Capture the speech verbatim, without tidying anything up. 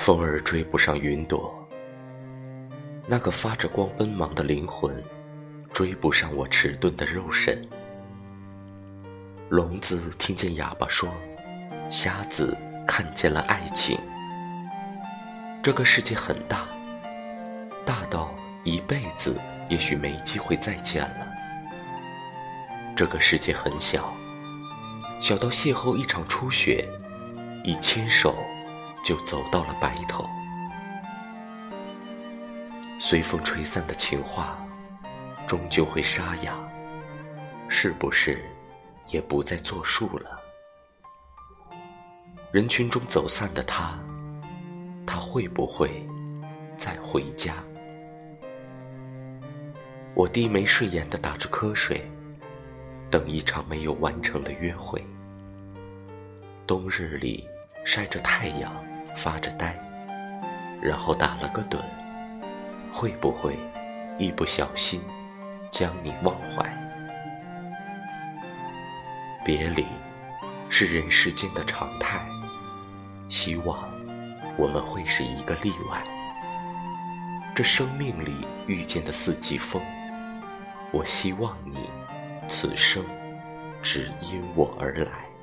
风儿追不上云朵，那个发着光奔忙的灵魂追不上我迟钝的肉身。聋子听见哑巴说，瞎子看见了爱情。这个世界很大，大到一辈子也许没机会再见了。这个世界很小，小到邂逅一场初雪，一牵手就走到了白头。随风吹散的情话终究会沙哑，是不是也不再作数了？人群中走散的他，他会不会再回家？我低眉睡眼地打着瞌睡，等一场没有完成的约会。冬日里晒着太阳，发着呆，然后打了个盹，会不会一不小心将你忘怀？别离是人世间的常态，希望我们会是一个例外。这生命里遇见的四季风，我希望你此生只因我而来。